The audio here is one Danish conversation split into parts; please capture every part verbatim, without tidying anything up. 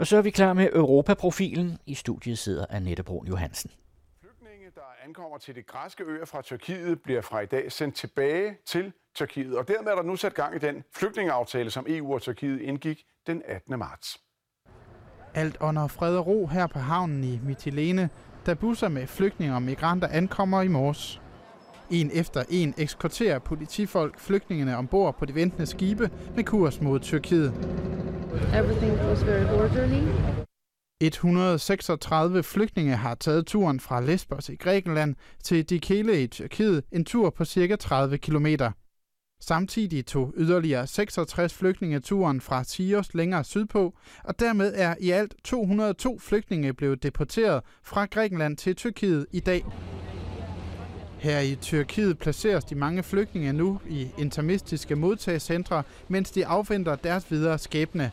Og så er vi klar med Europaprofilen. I studiet sidder Annette Brun Johansen. Flygtninge, der ankommer til de græske øer fra Tyrkiet, bliver fra i dag sendt tilbage til Tyrkiet. Og dermed er der nu sat gang i den flygtningeaftale, som E U og Tyrkiet indgik den attende marts. Alt under fred og ro her på havnen i Mytilene, da busser med flygtninge og migranter ankommer i morges. En efter en eskorterer politifolk flygtningene ombord på de ventende skibe med kurs mod Tyrkiet. Everything was very orderly. et hundrede og seksogtredive flygtninge har taget turen fra Lesbos i Grækenland til Dikele i Tyrkiet, en tur på cirka tredive kilometer. Samtidig tog yderligere seksogtres flygtninge turen fra Chios længere sydpå, og dermed er i alt to hundrede og to flygtninge blevet deporteret fra Grækenland til Tyrkiet i dag. Her i Tyrkiet placeres de mange flygtninge nu i interimistiske modtagscentre, mens de afventer deres videre skæbne.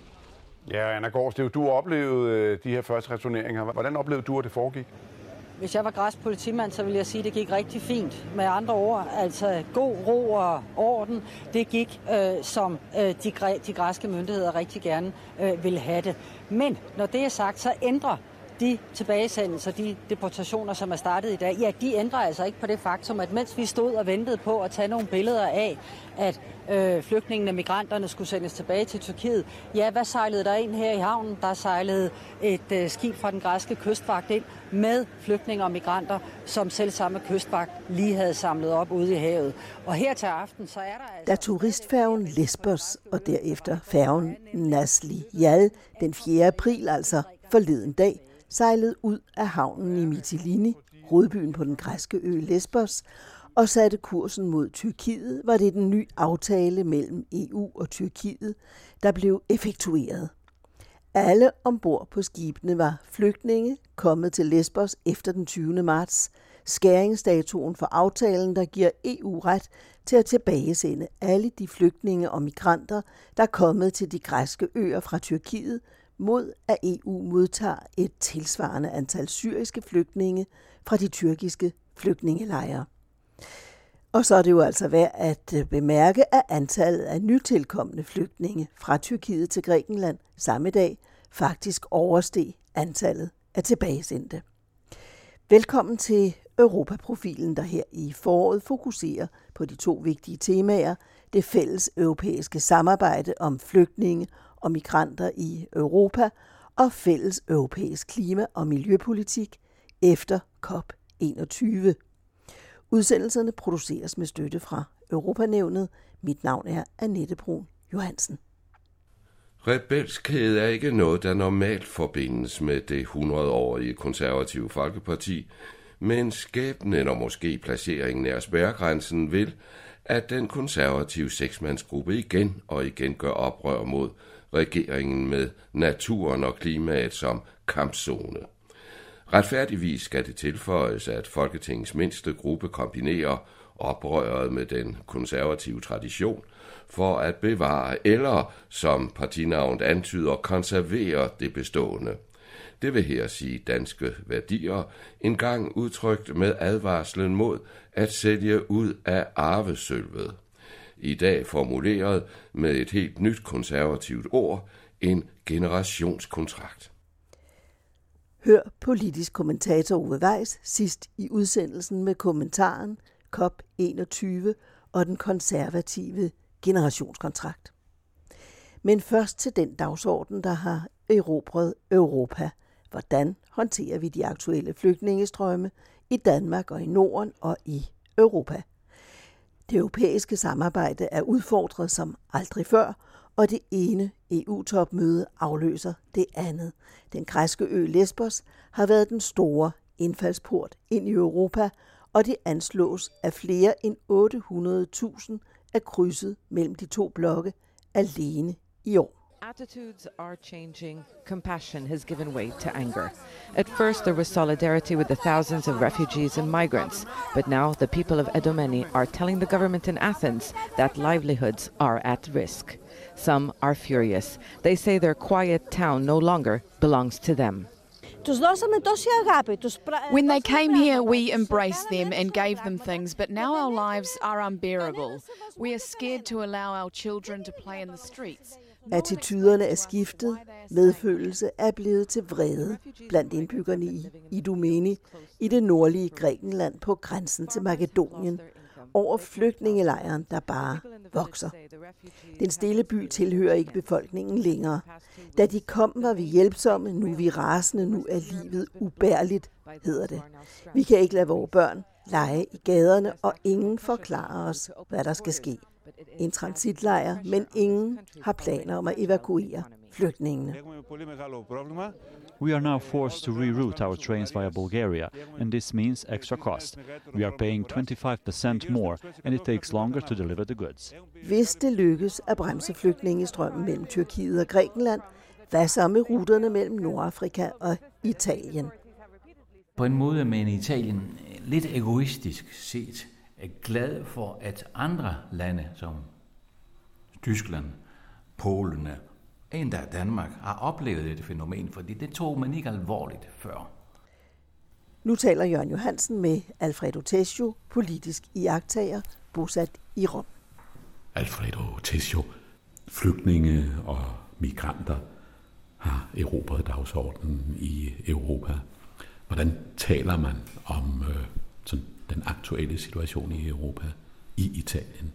Ja, Anna Gårds, det er jo, du oplevede de her første returneringer. Hvordan oplevede du, at det foregik? Hvis jeg var græsk politimand, så ville jeg sige, at det gik rigtig fint. Med andre ord, altså god ro og orden, det gik, øh, som øh, de, græ- de græske myndigheder rigtig gerne øh, ville have det. Men når det er sagt, så ændrer de tilbagesendelser, de deportationer, som er startet i dag, ja, de ændrer altså ikke på det faktum, at mens vi stod og ventede på at tage nogle billeder af, at øh, flygtningene og migranterne skulle sendes tilbage til Tyrkiet, ja, hvad sejlede der ind her i havnen? Der sejlede et øh, skib fra den græske kystvagt ind med flygtninge og migranter, som selv samme kystvagt lige havde samlet op ude i havet. Og her til aften, så er der altså... Da turistfærgen Lesbos og derefter færgen Nasli Jal den fjerde april, altså forleden dag, sejlede ud af havnen i Mytilini, hovedbyen på den græske ø Lesbos, og satte kursen mod Tyrkiet, var det den nye aftale mellem E U og Tyrkiet, der blev effektueret. Alle ombord på skibene var flygtninge kommet til Lesbos efter den tyvende marts, skæringsdatoen for aftalen, der giver E U ret til at tilbagesende alle de flygtninge og migranter, der er kommet til de græske øer fra Tyrkiet, mod at E U modtager et tilsvarende antal syriske flygtninge fra de tyrkiske flygtningelejre. Og så er det jo altså værd at bemærke, at antallet af nytilkommende flygtninge fra Tyrkiet til Grækenland samme dag faktisk oversteg antallet af tilbagesendte. Velkommen til Europaprofilen, der her i foråret fokuserer på de to vigtige temaer, det fælles europæiske samarbejde om flygtninge og migranter i Europa og fælles europæisk klima- og miljøpolitik efter COP enogtyve. Udsendelserne produceres med støtte fra Europanævnet. Mit navn er Annette Brun Johansen. Rebelskhed er ikke noget, der normalt forbindes med det hundredårige konservative Folkeparti, men skæbnen og måske placeringen af spærregrænsen vil, at den konservative seksmandsgruppe igen og igen gør oprør mod regeringen med naturen og klimaet som kampzone. Retfærdigvis skal det tilføjes, at Folketingets mindste gruppe kombinerer oprøret med den konservative tradition for at bevare eller, som partinavnet antyder, konservere det bestående. Det vil her sige danske værdier, engang udtrykt med advarslen mod at sælge ud af arvesølvet. I dag formuleret med et helt nyt konservativt ord, en generationskontrakt. Hør politisk kommentator Ove Weiss sidst i udsendelsen med kommentaren COP enogtyve og den konservative generationskontrakt. Men først til den dagsorden, der har erobret Europa. Hvordan håndterer vi de aktuelle flygtningestrømme i Danmark og i Norden og i Europa? Det europæiske samarbejde er udfordret som aldrig før, og det ene E U-topmøde afløser det andet. Den græske ø Lesbos har været den store indfaldsport ind i Europa, og det anslås, at flere end otte hundrede tusind er krydset mellem de to blokke alene i år. Attitudes are changing. Compassion has given way to anger. At first there was solidarity with the thousands of refugees and migrants, but now the people of Edomeni are telling the government in Athens that livelihoods are at risk. Some are furious. They say their quiet town no longer belongs to them. When they came here, we embraced them and gave them things, but now our lives are unbearable. We are scared to allow our children to play in the streets. Attityderne er skiftet, medfølelse er blevet til vrede blandt indbyggerne i Idomeni, i det nordlige Grækenland på grænsen til Makedonien, over flygtningelejren, der bare vokser. Den stille by tilhører ikke befolkningen længere. Da de kom, var vi hjælpsomme, nu er vi rasende, nu er livet ubærligt, hedder det. Vi kan ikke lade vores børn lege i gaderne, og ingen forklarer os, hvad der skal ske. En transitlejr, men ingen har planer om at evakuere flygtningene. We are now forced to reroute our trains via Bulgaria, and this means extra cost. We are paying twenty-five percent more, and it takes longer to deliver the goods. Hvis det lykkes at bremse flygtningestrømmen mellem Tyrkiet og Grækenland, hvad så med ruterne mellem Nordafrika og Italien? På en måde med Italien lidt egoistisk set er glad for, at andre lande som Tyskland, Polen, endda Danmark har oplevet dette fænomen, fordi det tog man ikke alvorligt før. Nu taler Jørgen Johansen med Alfredo Tessio, politisk iagttager, bosat i Rom. Alfredo Tessio, flygtninge og migranter har erobret dagsordenen i Europa. Hvordan taler man om øh, sådan, den aktuelle situation i Europa, i Italien?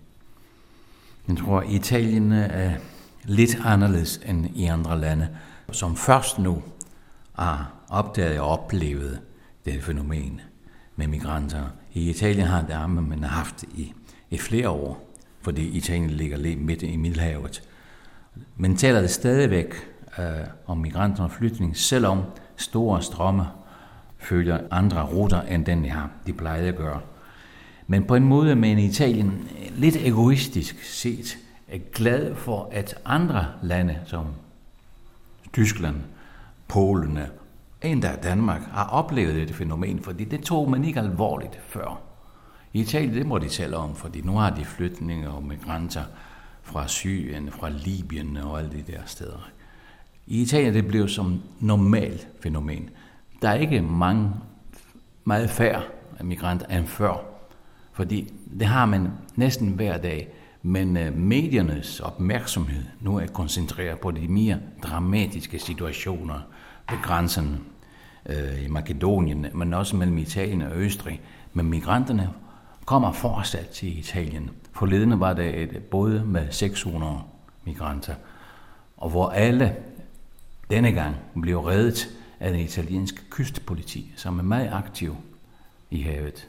Jeg tror, at Italien er lidt anderledes end i andre lande, som først nu har opdaget og oplevet det fænomen med migranter. I Italien har det man har haft i, i flere år, fordi Italien ligger lidt midt i Middelhavet. Men taler det stadigvæk øh, om migranter og flytning, selvom store strømme følger andre ruter end den, de har, de plejer at gøre. Men på en måde med Italien lidt egoistisk set er glad for, at andre lande som Tyskland, Polen, endda Danmark har oplevet dette fænomen, fordi det tog man ikke alvorligt før. I Italien, det må de tale om, fordi nu har de flytninger og migranter fra Syrien, fra Libyen og alle de der steder. I Italien det blev som normalt fænomen. Der er ikke mange, meget færre migranter end før, fordi det har man næsten hver dag. Men mediernes opmærksomhed nu er koncentreret på de mere dramatiske situationer ved grænsen øh, i Makedonien, men også mellem Italien og Østrig. Men migranterne kommer fortsat til Italien. Forleden var der et båd med seks hundrede migranter, og hvor alle denne gang blev reddet af den italienske kystpoliti, som er meget aktiv i havet.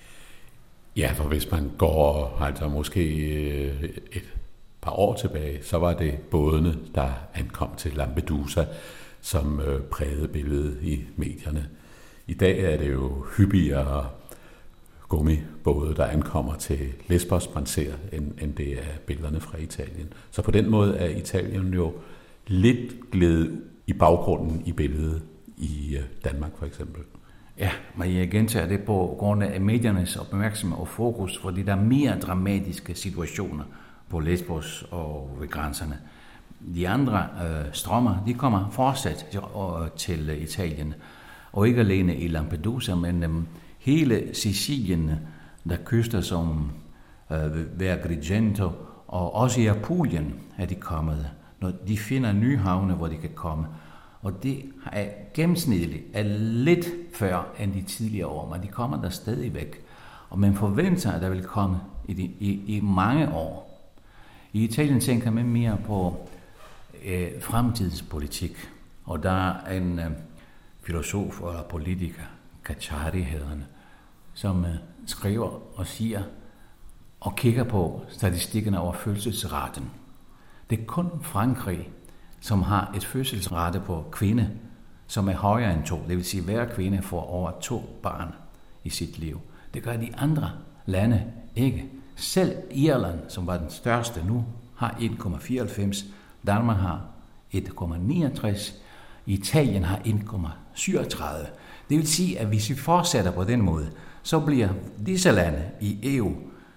Ja, for hvis man går altså måske et par år tilbage, så var det bådene, der ankom til Lampedusa, som prægede billedet i medierne. I dag er det jo hyppigere gummibåde, der ankommer til Lesbos Panser, end, end det er billederne fra Italien. Så på den måde er Italien jo lidt glædet i baggrunden i billedet i Danmark for eksempel. Ja, men jeg gentager det på grund af mediernes opmærksomhed og fokus, fordi der er mere dramatiske situationer på Lesbos og ved grænserne. De andre øh, strømmer, de kommer fortsat til, øh, til Italien, og ikke alene i Lampedusa, men øh, hele Sicilien, der kyster som øh, ved Agrigento, og også i Apulien er de kommet, når de finder nye havne, hvor de kan komme. Og det er gennemsnitligt er lidt før end de tidligere år, men de kommer der stadigvæk. Og man forventer, at der vil komme i, de, i, i mange år. I Italien tænker man mere på øh, fremtidspolitik, og der er en øh, filosof eller politiker, Cacciari hedder han, som øh, skriver og siger og kigger på statistikkerne over fødselsraten. Det er kun Frankrig, som har et fødselsrate på kvinde, som er højere end to. Det vil sige, at hver kvinde får over to barn i sit liv. Det gør de andre lande ikke. Selv Irland, som var den største nu, har en komma fireoghalvfems. Danmark har en komma niogtres. Italien har en komma syvogtredive. Det vil sige, at hvis vi fortsætter på den måde, så bliver disse lande i E U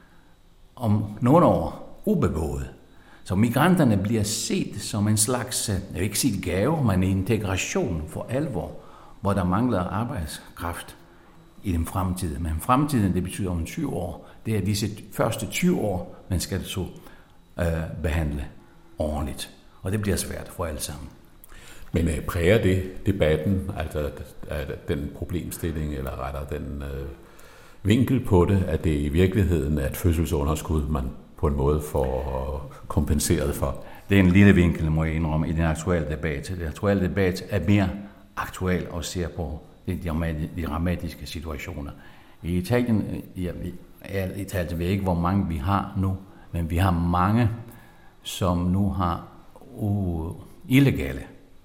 om nogle år ubeboede. Så migranterne bliver set som en slags, jeg vil ikke sige gave, men en integration for alvor, hvor der mangler arbejdskraft i den fremtid. Men fremtiden, det betyder om tyve år. Det er disse første tyve år, man skal så øh, behandle ordentligt. Og det bliver svært for alle sammen. Men øh, præger det debatten, altså at den problemstilling, eller rettere den øh, vinkel på det, at det i virkeligheden er et fødselsunderskud, man på en måde får kompenseret for? Det er en lille vinkel, må jeg indrømme, i den aktuelle debat. Den aktuelle debat er mere aktuel og ser på de dramatiske situationer. I Italien, ja, i Italien ved jeg ikke, hvor mange vi har nu, men vi har mange, som nu har uh, illegale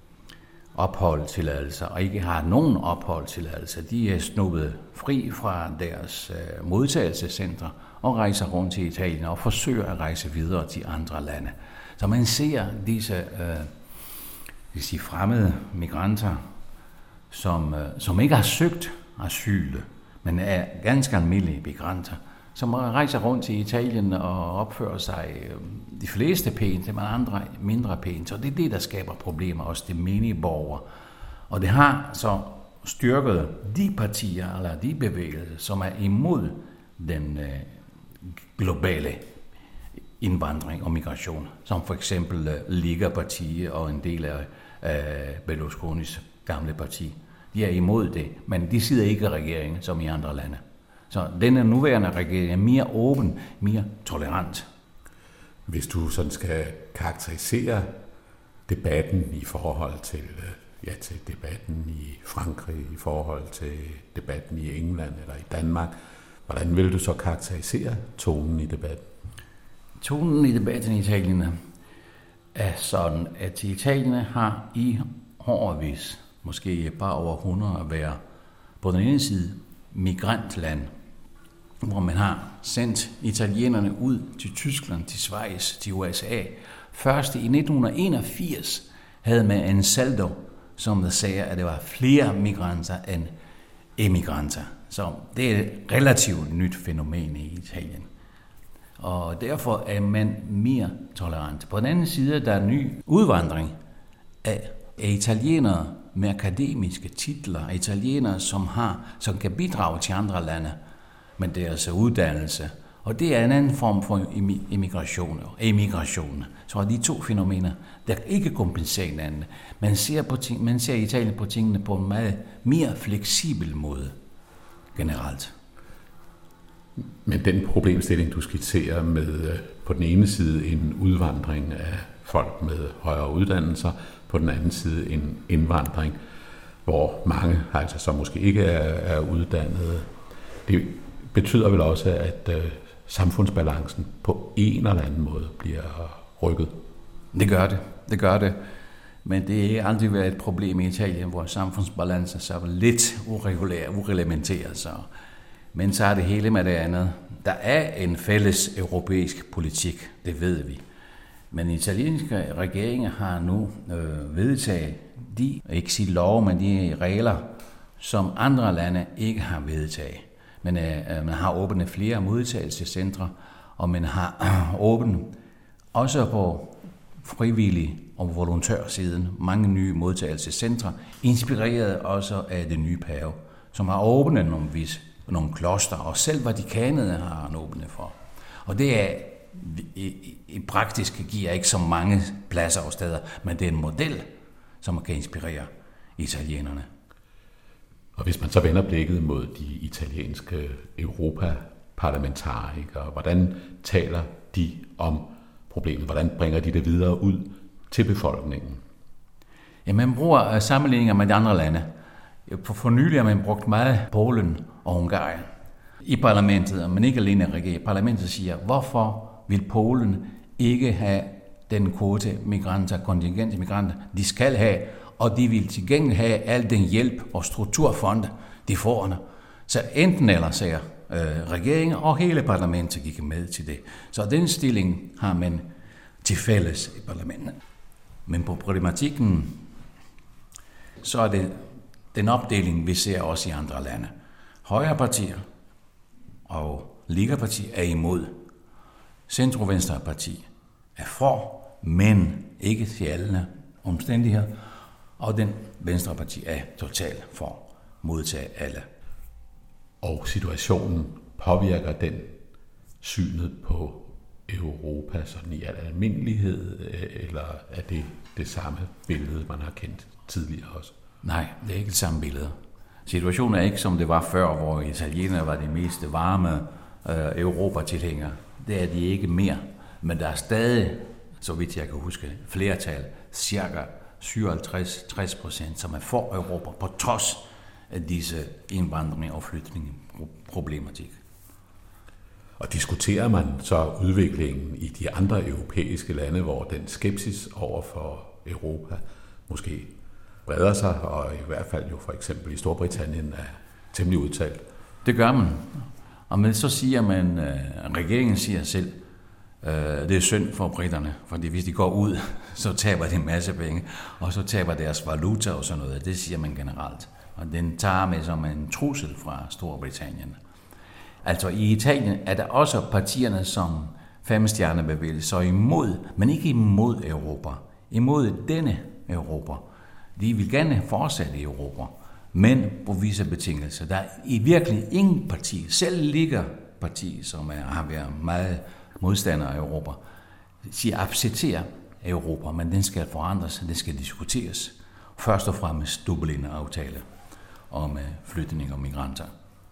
opholdstilladelser, og ikke har nogen opholdstilladelser. De er snuppet fri fra deres uh, modtagelsescentre og rejser rundt til Italien og forsøger at rejse videre til andre lande. Så man ser disse uh, disse fremmede migranter, som, uh, som ikke har søgt asyl, men er ganske almindelige migranter, som rejser rundt til Italien og opfører sig de fleste pænt, men andre mindre pænt. Så det er det, der skaber problemer, også de menige borgere. Og det har så styrket de partier, eller de bevægelser, som er imod den øh, globale indvandring og migration, som for eksempel øh, Lega-partiet og en del af øh, Berlusconis gamle parti. De er imod det, men de sidder ikke i regeringen, som i andre lande. Så denne nuværende regering er mere åben, mere tolerant. Hvis du sådan skal karakterisere debatten i forhold til, ja, til debatten i Frankrig, i forhold til debatten i England eller i Danmark, hvordan vil du så karakterisere tonen i debatten? Tonen i debatten i Italien er sådan, at Italien har i årevis, måske bare over hundrede, at være på den ene side migrantland, hvor man har sendt italienerne ud til Tyskland, til Schweiz, til U S A. Først i nitten enogfirs havde man en saldo, som der sagde, at der var flere migranter end emigranter. Så det er et relativt nyt fænomen i Italien. Og derfor er man mere tolerant. På den anden side, der er ny udvandring af italienere med akademiske titler, italienere, som har, som kan bidrage til andre lande med deres uddannelse. Og det er en anden form for immigration. immigration. Så er de to fænomener, der ikke kompenserer hinanden. Man ser, på ting, man ser i Italien på tingene på en meget mere fleksibel måde generelt. Men den problemstilling, du skitserer med på den ene side en udvandring af folk med højere uddannelser, på den anden side en indvandring, hvor mange altså så måske ikke er, er uddannede. Det betyder vel også, at øh, samfundsbalancen på en eller anden måde bliver rykket. Det gør det, det gør det. Men det er aldrig været et problem i Italien, hvor samfundsbalancen så er lidt uregulær, ureglementeret. Så. Men så er det hele med det andet. Der er en fælles europæisk politik, det ved vi. Men italienske regeringer har nu øh, vedtaget de, ikke sige lov, men de regler, som andre lande ikke har vedtaget. Men øh, man har åbnet flere modtagelsescentre, og man har åbnet også på frivillig og volontørsiden mange nye modtagelsescentre, inspireret også af det nye pave, som har åbnet nogle, vis, nogle kloster, og selv Vatikanet har han åbnet for. Og det er i, i, i praktisk giver ikke så mange pladser og steder, men det er en model, som kan inspirere italienerne. Og hvis man så vender blikket mod de italienske europaparlamentarikere, hvordan taler de om problemet? Hvordan bringer de det videre ud til befolkningen? Ja, man bruger sammenligninger med de andre lande. For nylig har man brugt meget Polen og Ungarn i parlamentet, men ikke alene regeringen. Parlamentet siger, hvorfor vil Polen ikke have den kvote migranter, kontingent migranter, de skal have, og de vil til gengæld have al den hjælp og strukturfonde, de får. Så enten eller, siger øh, regeringen, og hele parlamentet gik med til det. Så den stilling har man til fælles i parlamentet. Men på problematikken, så er det den opdeling, vi ser også i andre lande. Højrepartier og Lega-parti er imod. Centrum-venstre-parti er for, men ikke til alle omstændigheder. Og den venstreparti er totalt for at modtage alle. Og situationen påvirker den synet på Europa sådan i al almindelighed, eller er det det samme billede, man har kendt tidligere også? Nej, det er ikke det samme billede. Situationen er ikke som det var før, hvor italienerne var de mest varme øh, Europa-tilhængere. Det er de ikke mere. Men der er stadig, så vidt jeg kan huske, flertal, cirka syvoghalvtreds til tres procent, som er for Europa, på trods af disse indvandring- og flygtningeproblematik. Og diskuterer man så udviklingen i de andre europæiske lande, hvor den skepsis over for Europa måske breder sig, og i hvert fald jo for eksempel i Storbritannien er temmelig udtalt? Det gør man. Og men så siger man, at regeringen siger selv, at det er synd for britterne, fordi hvis de går ud, så taber de en masse penge, og så taber deres valuta og sådan noget. Det siger man generelt. Og den tager med som en trussel fra Storbritannien. Altså i Italien er der også partierne som femstjernebevægelse, så imod, men ikke imod Europa. Imod denne Europa. De vil gerne fortsætte i Europa, men på visse betingelser. Der er i virkelig ingen parti, selv ligger parti, som er, har været meget modstander af Europa, siger accepterer Europa, men den skal forandres, den skal diskuteres. Først og fremmest Dublin-aftale om flytning og migranter.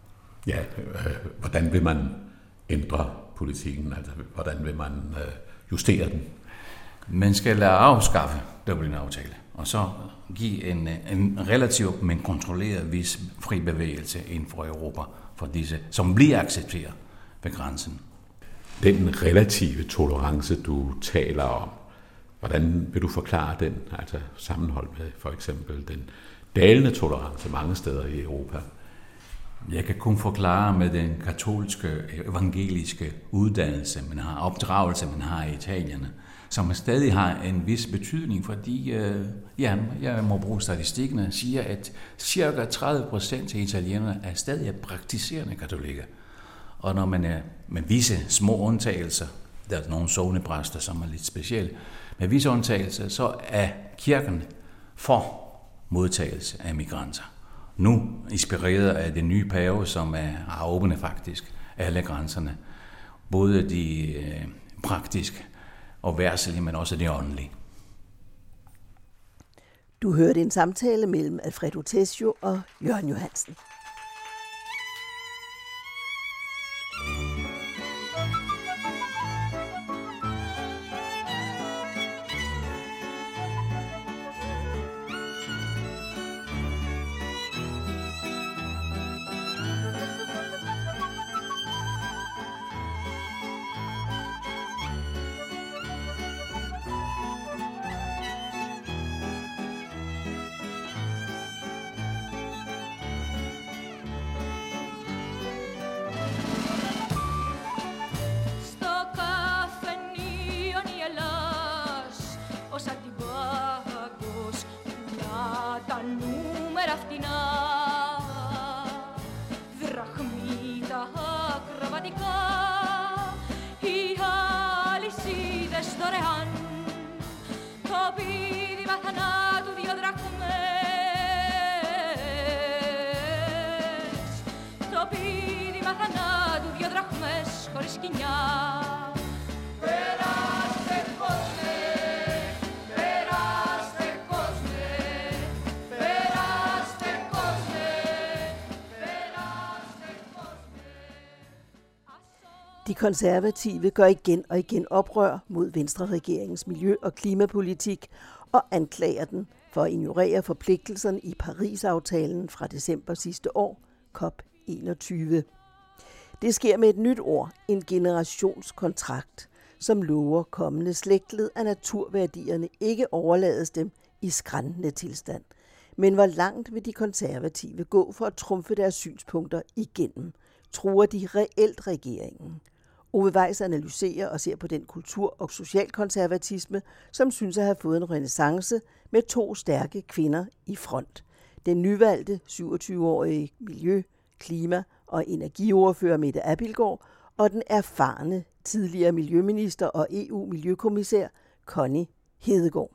Ja, øh, hvordan vil man ændre politikken? Altså, hvordan vil man øh, justere den? Man skal afskaffe Dublin-aftale, og så give en, en relativt, men kontrolleret vis fri bevægelse inden for Europa for disse, som bliver accepteret ved grænsen. Den relative tolerance, du taler om, hvordan vil du forklare den, altså sammenholdt med for eksempel den dalende tolerance mange steder i Europa? Jeg kan kun forklare med den katolske, evangeliske uddannelse, man har, opdragelse, man har i Italien, som stadig har en vis betydning, fordi, øh, ja, jeg må bruge statistikkerne, siger, at cirka tredive procent af italienerne er stadig praktiserende katolikker. Og når man er med visse små undtagelser, der er nogle sognepræster, som er lidt specielle, med visse undtagelser, så er kirken for modtagelse af migranter. Nu inspireret af det nye pave, som er, har åbnet faktisk alle grænserne. Både de øh, praktiske og værtslige, men også det åndelige. Du hørte en samtale mellem Alfredo Tessio og Jørgen Johansen. De konservative gør igen og igen oprør mod Venstre-regeringens miljø- og klimapolitik og anklager den for at ignorere forpligtelserne i Paris-aftalen fra december sidste år, COP enogtyve. Det sker med et nyt ord, en generationskontrakt, som lover kommende slægtled, at naturværdierne ikke overlades dem i skræntende tilstand. Men hvor langt vil de konservative gå for at trumfe deres synspunkter igennem? Truer de reelt regeringen? Ove Weiss analyserer og ser på den kultur- og socialkonservatisme, som synes at have fået en renæssance med to stærke kvinder i front. Den nyvalgte syvogtyve-årige miljø-, klima- og energiordfører Mette Abildgaard og den erfarne tidligere miljøminister og E U-miljøkommissær Connie Hedegaard.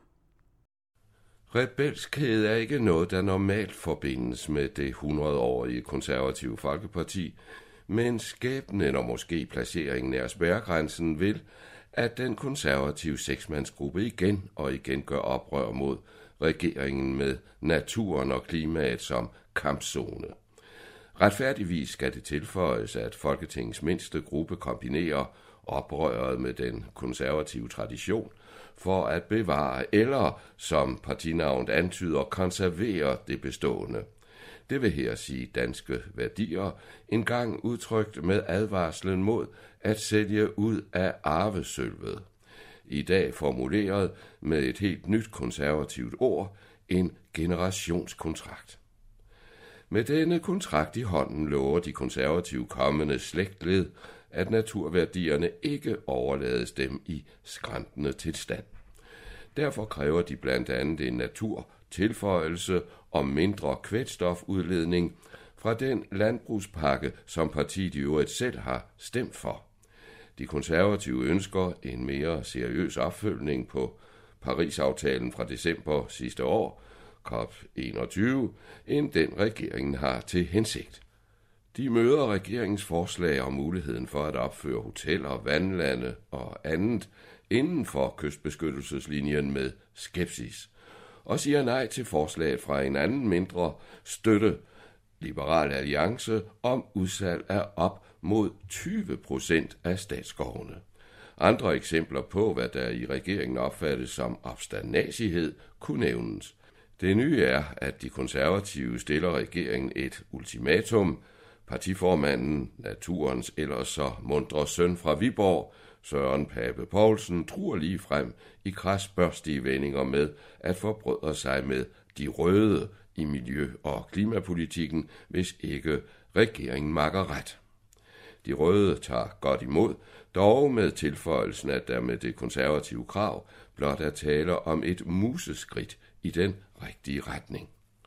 Rebelskhed er ikke noget, der normalt forbindes med det hundredårige konservative Folkeparti, men skæbnen og måske placeringen nær spærregrænsen vil, at den konservative seksmandsgruppe igen og igen gør oprør mod regeringen med naturen og klimaet som kampzone. Retfærdigvis skal det tilføjes, at Folketingets mindste gruppe kombinerer oprøret med den konservative tradition for at bevare eller, som partinavnet antyder, konservere det bestående. Det vil her sige danske værdier, engang udtrykt med advarslen mod at sælge ud af arvesølvet. I dag formuleret med et helt nyt konservativt ord, en generationskontrakt. Med denne kontrakt i hånden lover de konservative kommende slægtled, at naturværdierne ikke overlades dem i skrantende tilstand. Derfor kræver de blandt andet en naturtilføjelse om mindre kvælstofudledning fra den landbrugspakke, som partiet i øvrigt selv har stemt for. De konservative ønsker en mere seriøs opfølgning på Paris-aftalen fra december sidste år, COP enogtyve, end den regeringen har til hensigt. De møder regeringens forslag om muligheden for at opføre hoteller, vandlande og andet inden for kystbeskyttelseslinjen med skepsis, og siger nej til forslaget fra en anden mindre støtte, Liberal Alliance, om udsalg af op mod tyve procent af statsskovene. Andre eksempler på, hvad der i regeringen opfattes som opstandnasighed, kunne nævnes. Det nye er, at de konservative stiller regeringen et ultimatum. Partiformanden, naturens ellers så mundre søn fra Viborg, Søren Pape Poulsen, truer lige frem i krasbørstige vendinger med at forbrødre sig med de røde i miljø- og klimapolitikken, hvis ikke regeringen makker ret. De røde tager godt imod, dog med tilføjelsen, at der med det konservative krav blot er tale om et museskridt i den rigtige retning.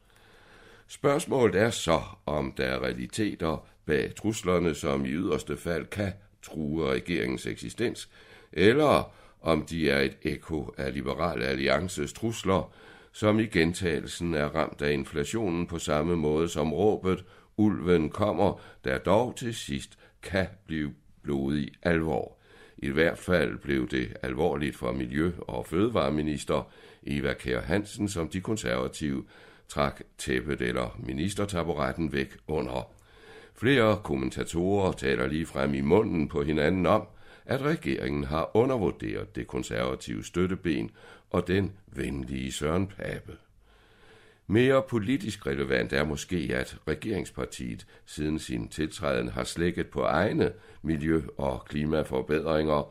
Spørgsmålet er så, om der er realiteter bag truslerne, som i yderste fald kan true regeringens eksistens, eller om de er et ekko af Liberal Alliances trusler, som i gentagelsen er ramt af inflationen på samme måde som råbet "Ulven kommer", der dog til sidst kan blive blodig alvor. I hvert fald blev det alvorligt for Miljø- og Fødevareminister Eva Kjer Hansen, som de konservative trak tæppet eller ministertaburetten væk under. Flere kommentatorer taler lige frem i munden på hinanden om, at regeringen har undervurderet det konservative støtteben og den venlige Søren Pape. Mere politisk relevant er måske, at regeringspartiet siden sin tiltræden har slækket på egne miljø- og klimaforbedringer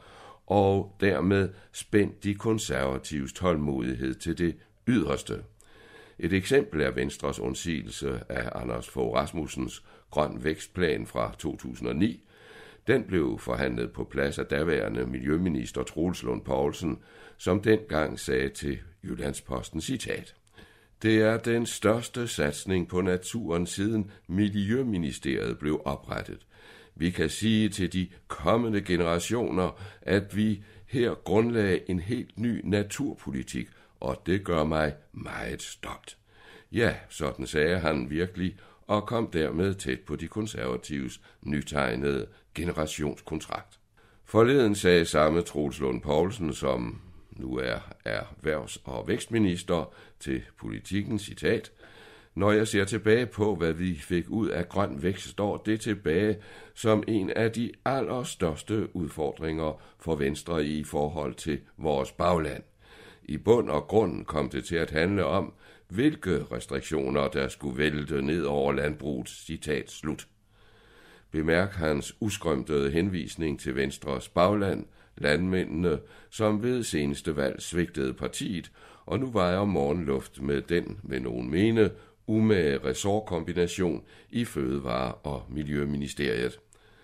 og dermed spændt de konservatives tålmodighed til det yderste. Et eksempel er Venstres undsigelse af Anders Fogh Rasmussens grøn vækstplan fra to tusind og ni. Den blev forhandlet på plads af daværende miljøminister Troels Lund Poulsen, som dengang sagde til Jyllandsposten, citat: "Det er den største satsning på naturen siden Miljøministeriet blev oprettet. Vi kan sige til de kommende generationer, at vi her grundlagde en helt ny naturpolitik, og det gør mig meget stolt." Ja, sådan sagde han virkelig, og kom dermed tæt på de konservatives nytegnede generationskontrakt. Forleden sagde samme Troels Lund Poulsen, som nu er erhvervs- og vækstminister, til Politikken, citat: "Når jeg ser tilbage på, hvad vi fik ud af grøn vækst, står det tilbage som en af de allerstørste udfordringer for Venstre i forhold til vores bagland. I bund og grund kom det til at handle om, hvilke restriktioner der skulle vælte ned over landbruget", citat slut. Bemærk hans uskrømtede henvisning til Venstres bagland, landmændene, som ved seneste valg svigtede partiet, og nu vejer morgenluft med den, vil nogen mene, umage ressortkombination i Fødevare- og Miljøministeriet.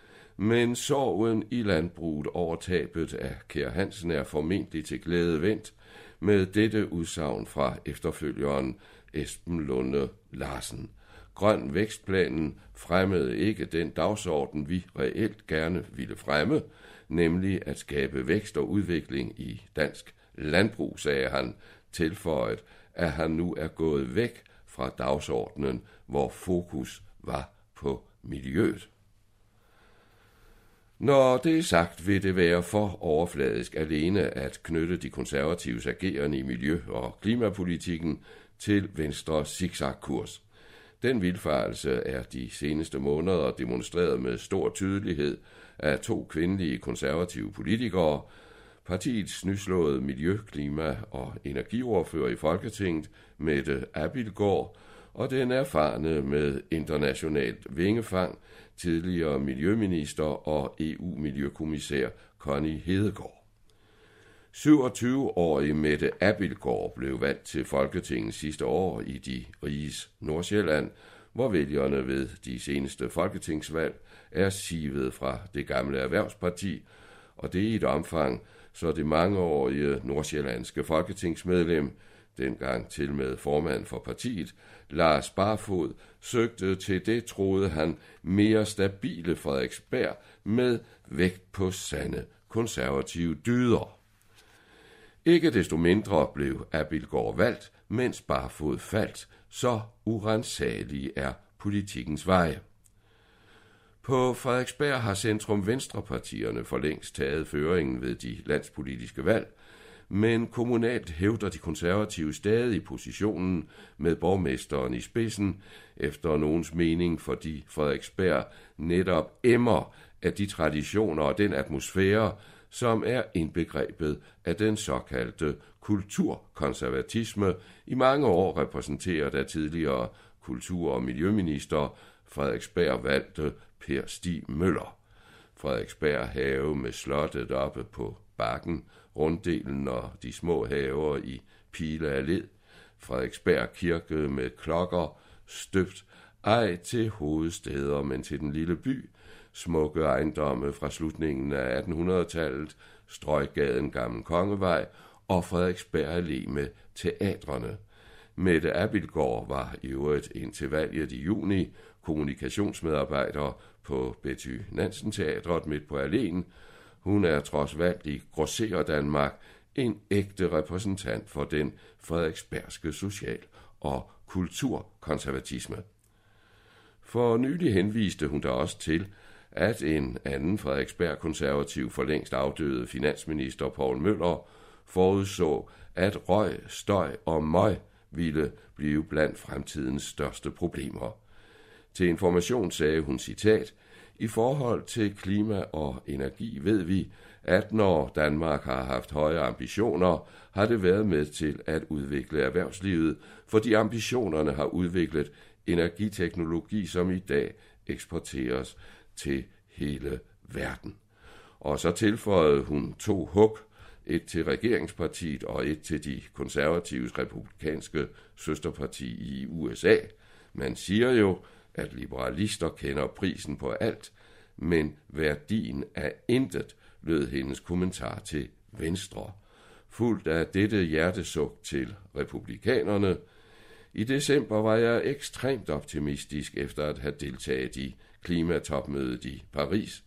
Men sorgen i landbruget over tabet af Kjer Hansen er formentlig til glæde vendt med dette udsagn fra efterfølgeren Esben Lunde Larsen. Grøn vækstplanen fremmede ikke den dagsorden, vi reelt gerne ville fremme, nemlig at skabe vækst og udvikling i dansk landbrug, sagde han, tilføjet, at han nu er gået væk fra dagsordenen, hvor fokus var på miljøet. Når det er sagt, vil det være for overfladisk alene at knytte de konservatives agerende i miljø- og klimapolitikken til Venstres zigzag-kurs. Den vildfarelse er de seneste måneder demonstreret med stor tydelighed af to kvindelige konservative politikere, partiets nyslåede miljø-, klima- og energiordfører i Folketinget, Mette Abildgaard, og den erfarne med internationalt vingefang, tidligere miljøminister og E U-miljøkommissær Connie Hedegaard. syvogtyve-årige Mette Abildgaard blev valgt til Folketinget sidste år i de riges Nordsjælland, hvor vælgerne ved de seneste folketingsvalg er sivet fra det gamle Erhvervsparti, og det i et omfang, så det mangeårige nordsjællandske folketingsmedlem, dengang til med formand for partiet, Lars Barfod, søgte til det, troede han, mere stabile Frederiksberg med vægt på sande konservative dyder. Ikke desto mindre blev Abildgaard valgt, mens Barfod faldt, så uransagelige er politikens veje. På Frederiksberg har centrum-venstrepartierne for længst taget føringen ved de landspolitiske valg, men kommunalt hævder de konservative stadig positionen med borgmesteren i spidsen, efter nogens mening, fordi Frederiksberg netop emmer af de traditioner og den atmosfære, som er indbegrebet af den såkaldte kulturkonservatisme, i mange år repræsenteret af tidligere kultur- og miljøminister Frederiksberg valgte Per Stig Møller. Frederiksberg have med slottet oppe på bakken, runddelen og de små haver i Pile Allé, Frederiksberg Kirke med klokker, støbt ej til hovedsteder, men til den lille by, smukke ejendomme fra slutningen af attenhundredetallet, Strøggaden Gammel Kongevej og Frederiksberg Allé med teatrene. Mette Abildgaard var i øvrigt indtil valget i juni kommunikationsmedarbejder på Betty Nansen Teatret midt på Alléen. Hun er trods valgt i Grosserer Danmark en ægte repræsentant for den frederiksbergske social- og kulturkonservatisme. For nylig henviste hun da også til, at en anden Frederiksberg-konservativ for længst afdøde finansminister Poul Møller forudså, at røg, støj og møg ville blive blandt fremtidens største problemer. Til Information sagde hun citat: "I forhold til klima og energi ved vi, at når Danmark har haft høje ambitioner, har det været med til at udvikle erhvervslivet, fordi ambitionerne har udviklet energiteknologi, som i dag eksporteres til hele verden." Og så tilføjede hun to hug, et til regeringspartiet og et til de konservatives republikanske søsterparti i U S A. Man siger jo, at liberalister kender prisen på alt, men værdien af intet, lød hendes kommentar til Venstre. Fuldt af dette hjertesuk til republikanerne. I december var jeg ekstremt optimistisk efter at have deltaget i klimatopmødet i Paris.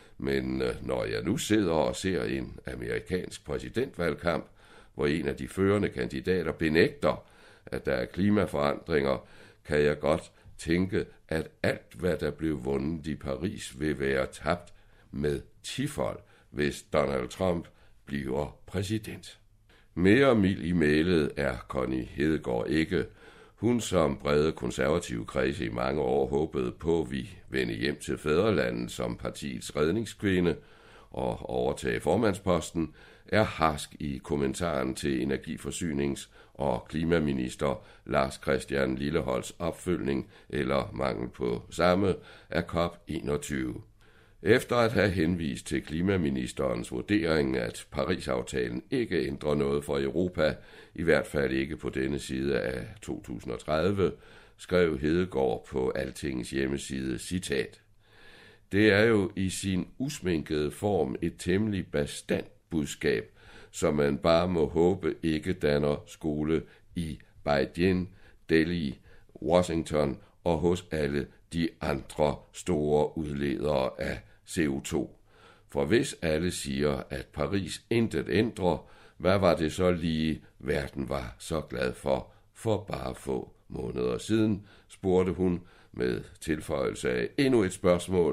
Men når jeg nu sidder og ser en amerikansk præsidentvalgkamp, hvor en af de førende kandidater benægter, at der er klimaforandringer, kan jeg godt tænke, at alt, hvad der blev vundet i Paris, vil være tabt med tifold, hvis Donald Trump bliver præsident. Mere mild i mailet er Connie Hedegaard ikke. Hun, som brede konservative kredse i mange år håbede på, at vi vende hjem til fædrelandet som partiets redningskvinde og overtage formandsposten, er harsk i kommentaren til energiforsynings- og klimaminister Lars Christian Lilleholts opfølgning eller mangel på samme af COP enogtyve. Efter at have henvist til klimaministerens vurdering, at Paris-aftalen ikke ændrer noget for Europa, i hvert fald ikke på denne side af to tusind og tredive, skrev Hedegaard på Altingets hjemmeside, citat: "Det er jo i sin usminkede form et temmelig bastant budskab, som man bare må håbe ikke danner skole i Beijing, Delhi, Washington og hos alle de andre store udledere af C O to. For hvis alle siger, at Paris intet ændrer, hvad var det så lige, verden var så glad for for bare få måneder siden?" spurgte hun med tilføjelse af endnu et spørgsmål,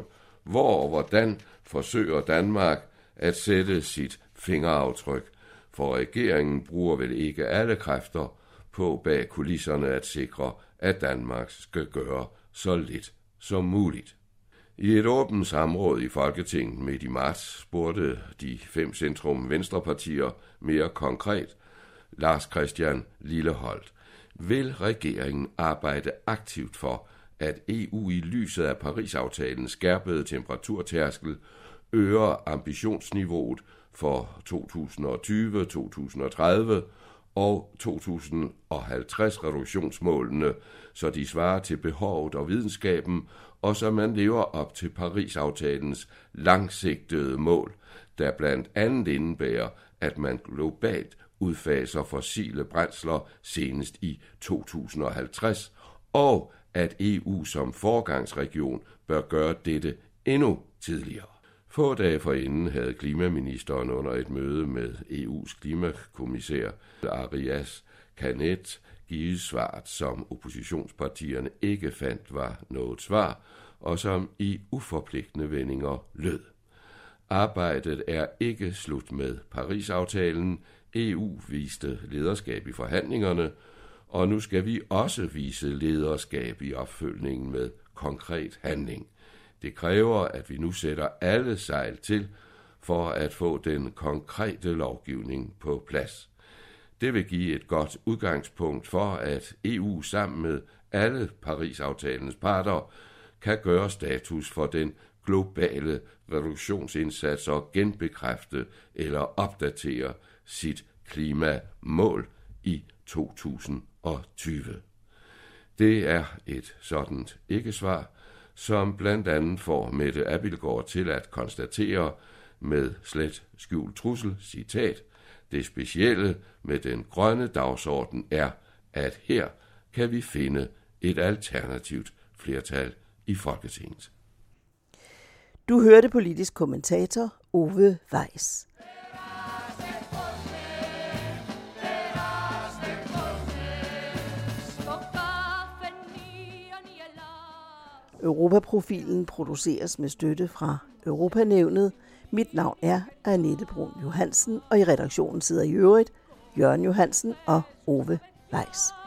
Hvor og hvordan forsøger Danmark at sætte sit fingeraftryk, for regeringen bruger vel ikke alle kræfter på bag kulisserne at sikre, at Danmark skal gøre så lidt som muligt. I et åbent samråd i Folketinget midt i marts spurgte de fem centrum-venstrepartier mere konkret Lars Christian Lilleholt: vil regeringen arbejde aktivt for, at E U i lyset af Paris-aftalens skærpede temperaturtærskel øger ambitionsniveauet for to tusind og tyve, to tusind og tredive og to tusind og halvtreds reduktionsmålene, så de svarer til behovet og videnskaben, og så man lever op til Paris-aftalens langsigtede mål, der blandt andet indebærer, at man globalt udfaser fossile brændsler senest i to tusind og halvtreds, og at E U som foregangsregion bør gøre dette endnu tidligere. Få dage forinden havde klimaministeren under et møde med E U's klimakommissær Arias Canet givet svaret, som oppositionspartierne ikke fandt var noget svar, og som i uforpligtende vendinger lød: arbejdet er ikke slut med Paris-aftalen. E U viste lederskab i forhandlingerne, og nu skal vi også vise lederskab i opfølgningen med konkret handling. Det kræver, at vi nu sætter alle sejl til for at få den konkrete lovgivning på plads. Det vil give et godt udgangspunkt for, at E U sammen med alle Paris-aftalens parter kan gøre status for den globale reduktionsindsats og genbekræfte eller opdatere sit klimamål i to tusind og tyve. Det er et sådant ikke-svar, som blandt andet får Mette Abildgaard til at konstatere med slet skjult trussel, citat: det specielle med den grønne dagsorden er, at her kan vi finde et alternativt flertal i Folketinget. Du hørte politisk kommentator Ove Weiss. Europaprofilen produceres med støtte fra Europanævnet. Mit navn er Annette Brun Johansen, og i redaktionen sidder i øvrigt Jørgen Johansen og Ove Weiss.